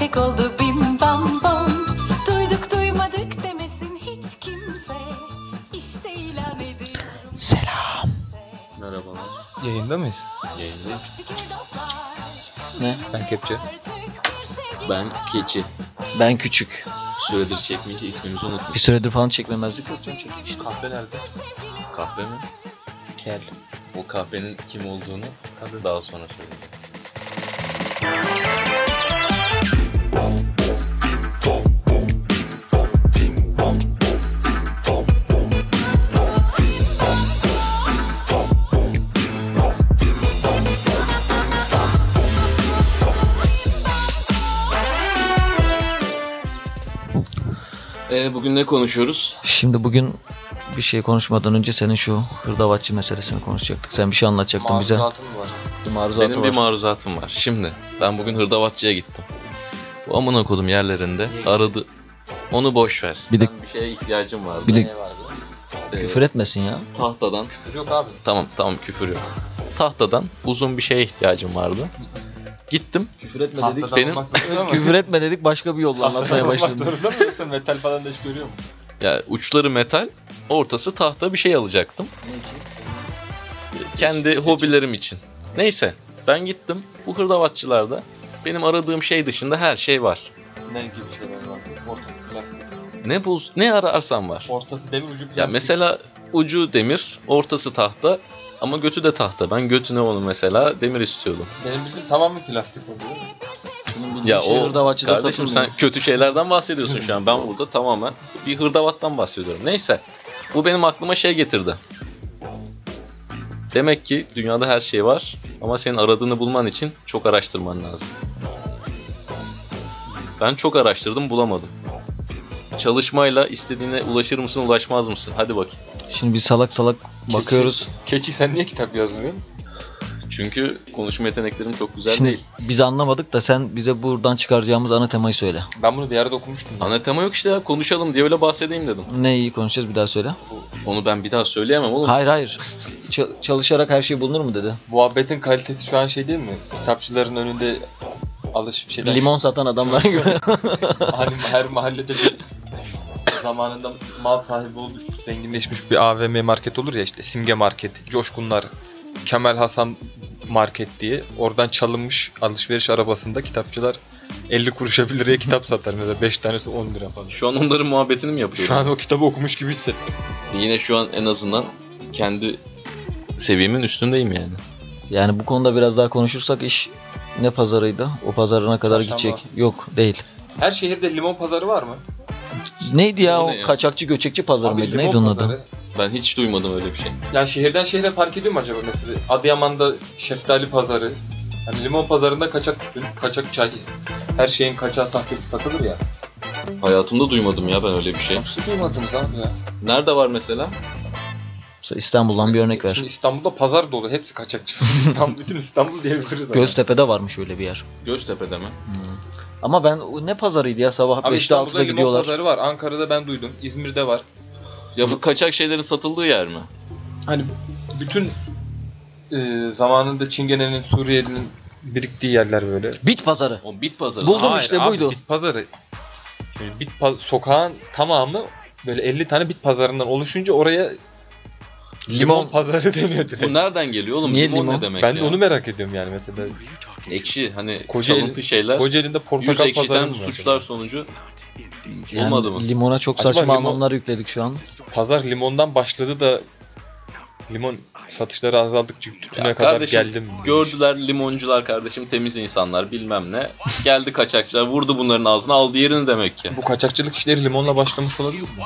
gerçek oldu bim bam bom. Duyduk duymadık demesin hiç kimse. İşte ilan ediyorum. Selam. Merhabalar. Yayında mıyız? Yayındayız. Ne? Ben Kepçe. Ben Keçi. Ben Küçük. Süredir çekmeyince ismimizi Bir unutmuş. süredir falan çekmemezdik. Yok canım, çektik işte. Kahve nerede? Kahve mi? Kel. O kahvenin kim olduğunu tabii daha sonra söyleyeceğiz. Bugün ne konuşuyoruz? Şimdi bugün bir şey konuşmadan önce senin şu hırdavatçı meselesini konuşacaktık. Sen bir şey anlatacaktın bize. Maruzatın mı var? Bir maruzatı Benim var. bir maruzatım var. Şimdi ben bugün hırdavatçıya gittim. Bu amına kodum yerlerinde aradı. Onu boş ver. Bir de- Ben bir şeye ihtiyacım vardı. Bir de- Ne vardı? Küfür etmesin ya. Tahtadan. Küfür yok abi. Tamam küfür yok. Tahtadan uzun bir şeye ihtiyacım vardı. Gittim. Küfür etme Tahtadan benim- olmak zorunda mı? Küfür etme dedik, başka bir yolla anlatmaya başladım. Zorunda mı yoksa metal falan da hiç görüyor mu? Ya uçları metal, ortası tahta bir şey alacaktım. Ne için? Kendi hobilerim için. Neyse ben gittim. Bu hırdavatçılarda benim aradığım şey dışında her şey var. Ne gibi şeyler var? Ortası plastik. Ne ararsan var. Ortası demir ucu plastik. Ya mesela ucu demir, ortası tahta ama götü de tahta. Ben götüne onu mesela demir istiyordum. Benim bildiğim tamamen plastik oluyor. Ya şey o hırdavatçıda kardeşim satılmıyor. sen kötü şeylerden bahsediyorsun şu an. Ben burada tamamen bir hırdavattan bahsediyorum. Neyse bu benim aklıma şey getirdi. Demek ki dünyada her şey var ama senin aradığını bulman için çok araştırman lazım. Ben çok araştırdım, bulamadım. Çalışmayla istediğine ulaşır mısın, ulaşmaz mısın? Hadi bakayım. Şimdi biz salak salak bakıyoruz. Keçi sen niye kitap yazmıyorsun? Çünkü konuşma yeteneklerim çok güzel Şimdi değil. biz anlamadık da sen bize buradan çıkaracağımız ana temayı söyle. Ben bunu bir yerde okumuştum. Ana tema yok işte ya, konuşalım diye öyle bahsedeyim dedim. Ne iyi konuşacağız, bir daha söyle. Onu ben bir daha söyleyemem oğlum. Hayır. Çalışarak her şey bulunur mu dedi. Muhabbetin kalitesi şu an şey değil mi? Kitapçıların önünde alış bir şeyler. Limon satan adamlar gibi. Hani her mahallede bir zamanında mal sahibi olmuş, zenginleşmiş bir AVM market olur ya, işte Simge Market, Coşkunlar, Kemal Hasan Market diye. Oradan çalınmış alışveriş arabasında kitapçılar 50 kuruşa 1 liraya kitap satar. Mesela 5 tanesi 10 lira falan. Şu an onların muhabbetini mi yapıyorum? Şu an o kitabı okumuş gibi hissettim. Yine şu an en azından kendi seviyemin üstündeyim yani. Yani bu konuda biraz daha konuşursak iş ne pazarıydı? O pazarına kadar Çarşamba. gidecek. Yok değil. Her şehirde limon pazarı var mı? Neydi ya Bu o ne ya? kaçakçı göçekçi pazarı Abi mıydı? limon Neydi onun pazarı. adı? Ben hiç duymadım öyle bir şey. Yani şehirden şehre fark ediyor mu acaba mesela? Adıyaman'da şeftali pazarı. Hani limon pazarında kaçak tütün, kaçak çay, her şeyin kaçağı sahtesi satılır ya. Hayatımda duymadım ya ben öyle bir şey. Nasıl duymadınız abi ya? Nerede var mesela? Mesela İstanbul'dan bir örnek ver. Şimdi İstanbul'da pazar dolu, hepsi kaçakçı. bütün İstanbul diyebiliriz. Göztepe'de varmış öyle bir yer. Göztepe'de mi? Ama ben ne pazarıydı ya, sabah Abi 5'te İstanbul'da 6'da limon gidiyorlar. pazarı var. Ankara'da ben duydum. İzmir'de var. Ya bu kaçak şeylerin satıldığı yer mi? Hani bütün zamanında Çingene'nin, Suriye'nin biriktiği yerler böyle. Bit pazarı. O bit pazarı. Buldum Hayır işte, abi, buydu. bit pazarı. Şimdi sokağın tamamı böyle 50 tane bit pazarından oluşunca oraya limon pazarı deniyor direkt. Bu nereden geliyor oğlum? Niye limon limon? ne demek Ben ya? de onu merak ediyorum yani mesela. Ekşi hani Kocaeli- çalıntı şeyler. Kocaeli'nde Yüz portakal pazarı ekşiden mı var? suçlar sonucu Yani olmadı mı? limona çok Acaba saçma limon- anlamlar yükledik şu an. Pazar limondan başladı da limon satışları azaldıkça tütüne Ya kadar kardeşim, geldim. gördüler limoncular kardeşim temiz insanlar bilmem ne. Geldi kaçakçılar vurdu bunların ağzına aldı yerini demek ki. Bu kaçakçılık işleri limonla başlamış olabilir mi?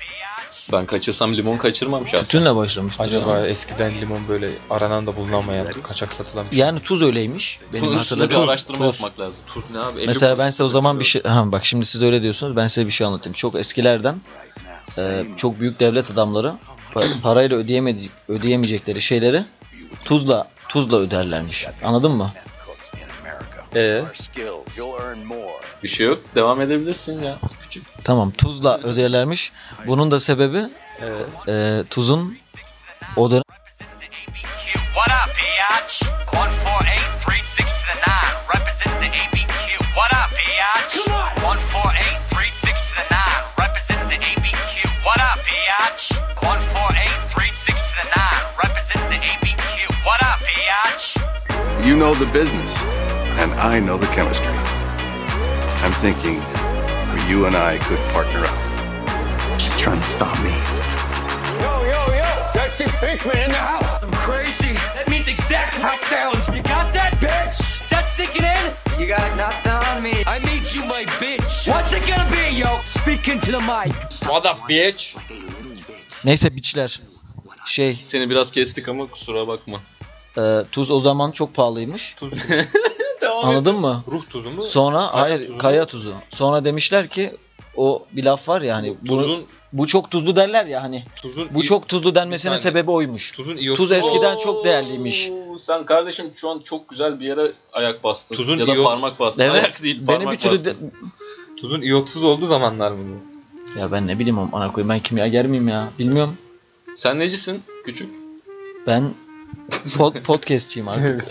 Ben kaçırsam limon kaçırmam şahsen. Tütünle başlamış. Acaba eskiden limon böyle aranan da bulunamayan kaçak satılan bir şey. Yani tuz öyleymiş. Benim Bunun üstüne bir hatırladığım araştırma tuz. yapmak lazım. Tuz ne abi? Mesela ben size o zaman bir şey... bak şimdi siz öyle diyorsunuz, ben size bir şey anlatayım. Çok eskilerden çok büyük devlet adamları parayla ödeyemeyecekleri şeyleri tuzla öderlermiş. Anladın mı? Bir şey yok. Devam edebilirsin ya. Küçük. Tamam, tuzla öderlermiş. Bunun da sebebi tuzun o dönem What up, biatch? 148, 369, representing the ABQ. What up, biatch? You know the business, and I know the chemistry. I'm thinking you and I could partner up. Just trying to stop me. Yo, that's the big man in the house. I'm crazy. That means exactly how it sounds. You got that, bitch? Is that sinking in? You got nothing on me. I made you my bitch. What's it gonna be, yo? Speak into the mic. What up bitch? Neyse biçler. Seni biraz kestik ama kusura bakma. Tuz o zaman çok pahalıymış. Tuz. Anladın mı? Ruh tuzu mu? Sonra Kaya hayır tuzu. kaya tuzu. Sonra demişler ki o bir laf var ya hani bu çok tuzlu derler ya hani. Bu çok tuzlu denmesinin Bir saniye. sebebi oymuş. Tuzun iyotu. Tuz eskiden çok değerliymiş. Sen kardeşim şu an çok güzel bir yere ayak bastın. Tuzun ya da iyot- parmak bastın. Evet. Ayak değil Beni parmak bir türlü bastın. Tuzun iyotsuz olduğu zamanlar mı bu? Ya ben ne bileyim ana koyayım, ben kimyager miyim ya? Bilmiyorum. Sen necisin küçük? Ben podcastçiyim artık.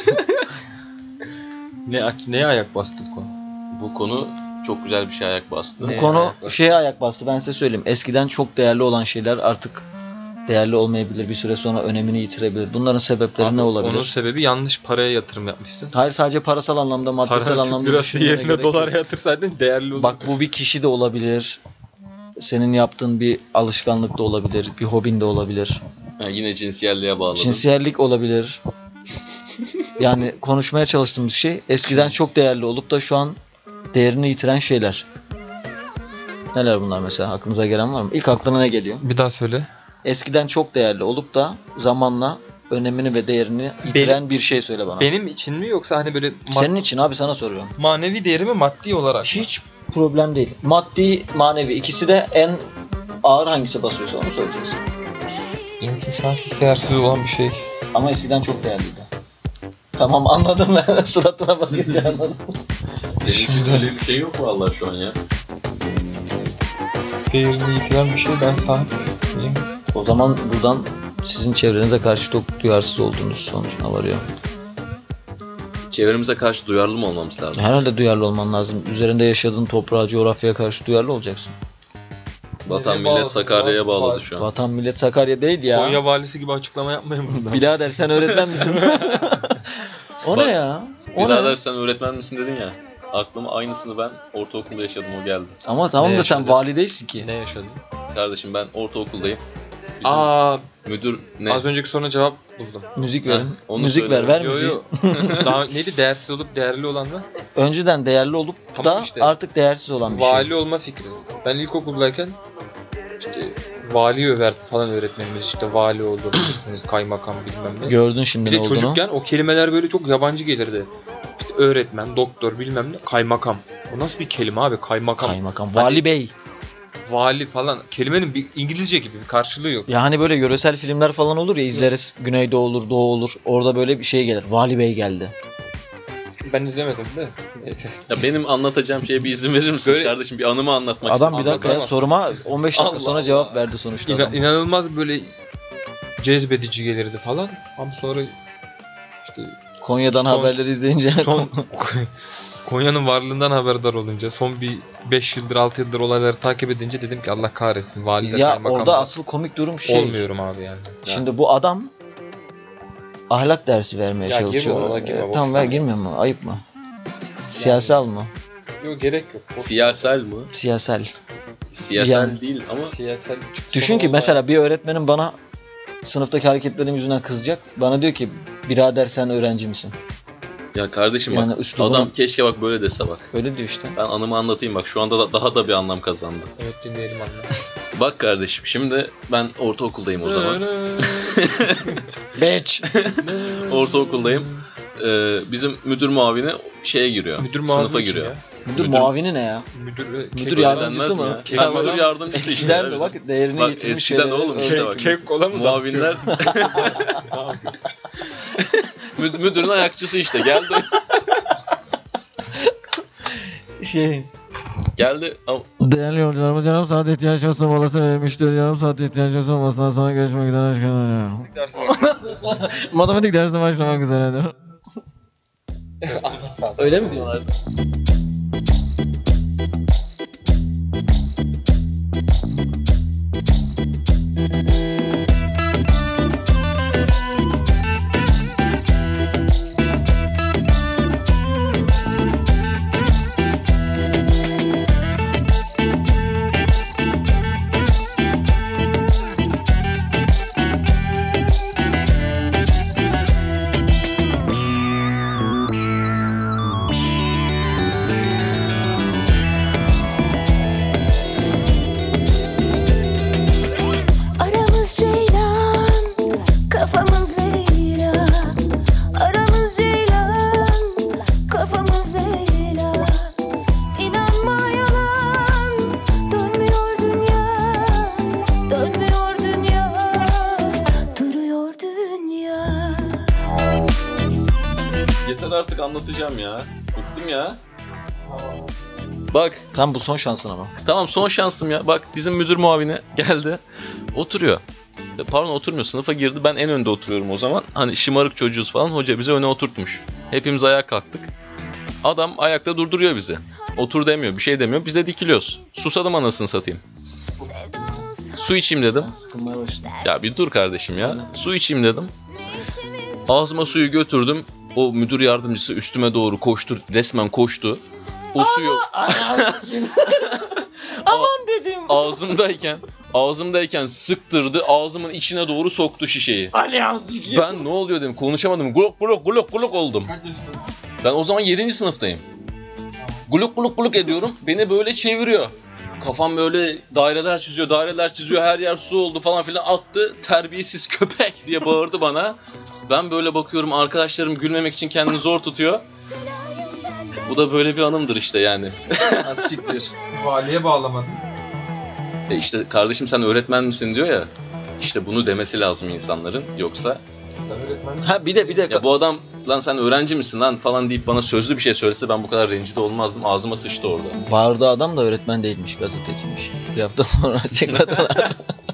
Neye ayak bastı bu konu? Bu konu çok güzel bir şey ayak bastı. Bu konu şeye ayak bastı, ben size söyleyeyim. Eskiden çok değerli olan şeyler artık değerli olmayabilir. Bir süre sonra önemini yitirebilir. Bunların sebepleri Abi, ne olabilir? onun sebebi yanlış paraya yatırım yapmışsın. Hayır, sadece parasal anlamda, maddesel Paranın Türk anlamda lirası düşünmene yerine gerek dolar yok. yatırsaydın değerli olurdu. Bak bu bir kişi de olabilir. Senin yaptığın bir alışkanlık da olabilir. Bir hobin de olabilir. Ha, yine cinsiyelliğe bağladın. Cinsiyellik olabilir. Yani konuşmaya çalıştığımız şey eskiden çok değerli olup da şu an değerini yitiren şeyler. Neler bunlar mesela? Aklınıza gelen var mı? İlk aklına ne geliyor? Bir daha söyle. Eskiden çok değerli olup da zamanla önemini ve değerini yitiren bir şey söyle bana. Benim için mi yoksa hani böyle Senin için abi, sana soruyorum. manevi değeri mi maddi olarak? Hiç problem değil. Maddi, manevi ikisi de en ağır hangisi basıyorsa onu söyleyeceksin. Benim için şu an çok değersiz olan bir şey. Ama eskiden çok değerliydi. Tamam, anladım ben. Suratına bakınca anladım. Benim için öyle bir şey yok vallahi şu an ya. Değerini yitiren bir şey ben sahip miyim? O zaman buradan sizin çevrenize karşı çok duyarsız olduğunuz sonucuna varıyor. Çevremize karşı duyarlı mı olmamız lazım? Herhalde duyarlı olman lazım. Üzerinde yaşadığın toprağa, coğrafyaya karşı duyarlı olacaksın. Vatan Nereye millet bağladı? Sakarya'ya bağladı şu an. Vatan millet Sakarya değil ya. Konya valisi gibi açıklama yapmayın burada. Birader sen öğretmen misin? O ne ya? O Birader ne? sen öğretmen misin dedin ya. Aklıma aynısını ben ortaokulda yaşadım, o geldi. Ama tamam Ne da sen yaşadın? vali değilsin ki. Ne yaşadın? Kardeşim ben ortaokuldayım. Bizim Aa, müdür ne? az önceki soruna cevap buldum. Müzik Ha, verin. onu Müzik ver, söyle. ver Yo müziği. yo. Daha neydi, değersiz olup değerli olan mı? Önceden değerli olup Tamam da işte. artık değersiz olan bir şey. Vali olma fikri. Ben ilkokuldayken işte vali överdi falan öğretmenimiz, işte vali olabilirsiniz, kaymakam bilmem ne. Gördün şimdi Bir ne de olduğunu. çocukken o kelimeler böyle çok yabancı gelirdi. İşte öğretmen, doktor bilmem ne, kaymakam. O nasıl bir kelime abi, kaymakam? Kaymakam, vali bey. Vali falan. Kelimenin bir İngilizce gibi bir karşılığı yok. Ya hani böyle yöresel filmler falan olur ya, izleriz. Güneydoğu olur, Doğu olur. Orada böyle bir şey gelir. Vali bey geldi. Ben izlemedim de. Neyse. Ya benim anlatacağım şeye bir izin verir misin Böyle- kardeşim? Bir anımı anlatmak Adam istedim. bir dakika ya, Anlatamaz. soruma 15 dakika Allah sonra Allah. cevap verdi sonuçta adam. İnanılmaz böyle cezbedici gelirdi falan. Ama sonra işte Konya'dan Son- haberleri izleyince son Konya'nın varlığından haberdar olunca, son bir 5 yıldır 6 yıldır olayları takip edince dedim ki Allah kahretsin, valide ya kaymakam orada var. asıl komik durum şey. Olmuyorum abi yani. Şimdi bu adam ahlak dersi vermeye Ya çalışıyor. girme ona, girme, boş Tamam ver. ver, girmiyor mu? Ayıp mı? Siyasal mı? Yok, gerek yok. Siyasal mı? Siyasal. Siyasal Yani- değil ama Siyasal Düşün ki mesela bir öğretmenim bana sınıftaki hareketlerim yüzünden kızacak. Bana diyor ki birader sen öğrenci misin? ya kardeşim Yani bak üslubunu- adam keşke bak böyle dese bak. Öyle diyor işte. Ben anımı anlatayım bak, şu anda daha da bir anlam kazandı. Evet, dinleyelim anne. Bak kardeşim, şimdi ben ortaokuldayım o zaman. Bitch. Ortaokuldayım. Bizim müdür muavini şeye giriyor. Müdür sınıfa muavini giriyor. kim ya? Müdür muavini ne ya? Müdür, Müdür kek yardımcısı Denmez mı? mi ya? Kek Ben adam- müdür yardımcısı işte. Eskiden ya de bizim. bak değerini Bak yitirmiş eskiden şeyleri oğlum işte bak. Kek kola mı Muavinler müdürün ayakçısı işte geldi. Şey. Değerli yolcularımız, yarım saat ihtiyaç olsa molası verilmiştir. Yarım saat ihtiyaç olsa molasından sonra görüşmek üzere. Matematik dersi başlamak üzeredir. Öyle mi diyorlar? anlatacağım ya. Bıktım ya. Bak Tam bu son şansın ama. tamam son şansım ya. Bak bizim müdür muavini geldi. Oturuyor. Pardon oturmuyor, sınıfa girdi. Ben en önde oturuyorum o zaman. Hani şımarık çocuğuz falan. Hoca bizi öne oturtmuş. Hepimiz ayağa kalktık. Adam ayakta durduruyor bizi. Otur demiyor, bir şey demiyor. Biz de dikiliyoruz. Susadım anasını satayım. Su içeyim dedim. Sıkılmaya başladı. Ya bir dur kardeşim ya. Su içeyim dedim. Ağzıma suyu götürdüm. O müdür yardımcısı üstüme doğru koştu. Resmen koştu. O suyu Aman dedim. ağzımdayken sıktırdı. Ağzımın içine doğru soktu şişeyi. Ben ne oluyor dedim. Konuşamadım. Glok glok glok glok oldum. Ben o zaman 7. sınıftayım. Gluk gluk gluk ediyorum. Beni böyle çeviriyor. Kafam böyle daireler çiziyor. Her yer su oldu falan filan, attı. Terbiyesiz köpek diye bağırdı bana. Ben böyle bakıyorum, arkadaşlarım gülmemek için kendini zor tutuyor. Bu da böyle bir anımdır işte yani. Siktir. Valiye bağlamadın. İşte kardeşim sen öğretmen misin diyor ya. İşte bunu demesi lazım insanların. Yoksa Sen öğretmen. Ha bir de ya bu adam lan sen öğrenci misin lan falan deyip bana sözlü bir şey söylese ben bu kadar rencide olmazdım. Ağzıma sıçtı orada. bağırdığı adam da öğretmen değilmiş, gazeteciymiş. Bir hafta sonra açıkladılar.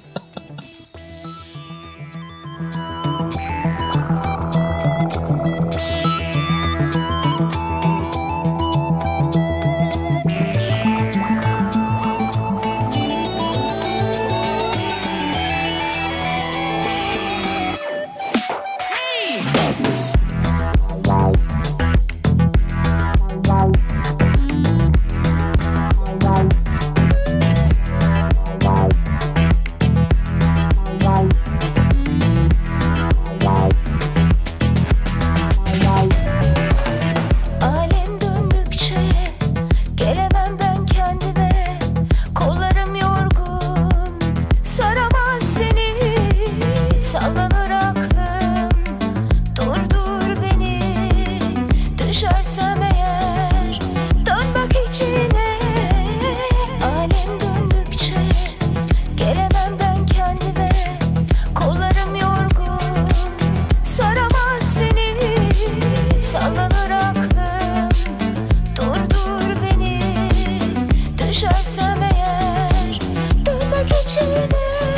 Alem döndükçe gelemem ben kendime. Kollarım yorgun, saramaz seni. Sallanır aklım, durdur beni. Düşersem eğer, dön bak içine. Alem döndükçe gelemem ben kendime. Kollarım yorgun, saramaz seni. Sallanır aklım, durdur beni. Düşersem eğer, dön bak içine.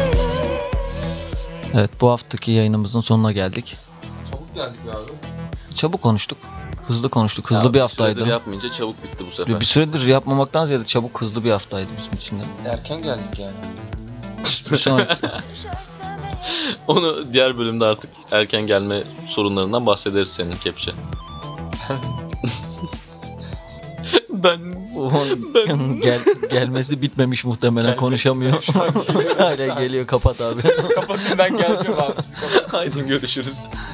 Evet, bu haftaki yayınımızın sonuna geldik. Çabuk geldik abi. Çabuk konuştuk. Hızlı konuştuk. Hızlı bir haftaydı. süredir yapmayınca çabuk bitti bu sefer. Bir süredir yapmamaktan ziyade çabuk, hızlı bir haftaydı bizim için de. Erken geldik yani. Bir sonraki... Düşersem eğer, Onu diğer bölümde artık erken gelme sorunlarından bahsederiz senin Kepçe. gelmesi bitmemiş muhtemelen, konuşamıyor. Hala geliyor, kapat abi. Kapatın, ben geleceğim abi. Haydi görüşürüz.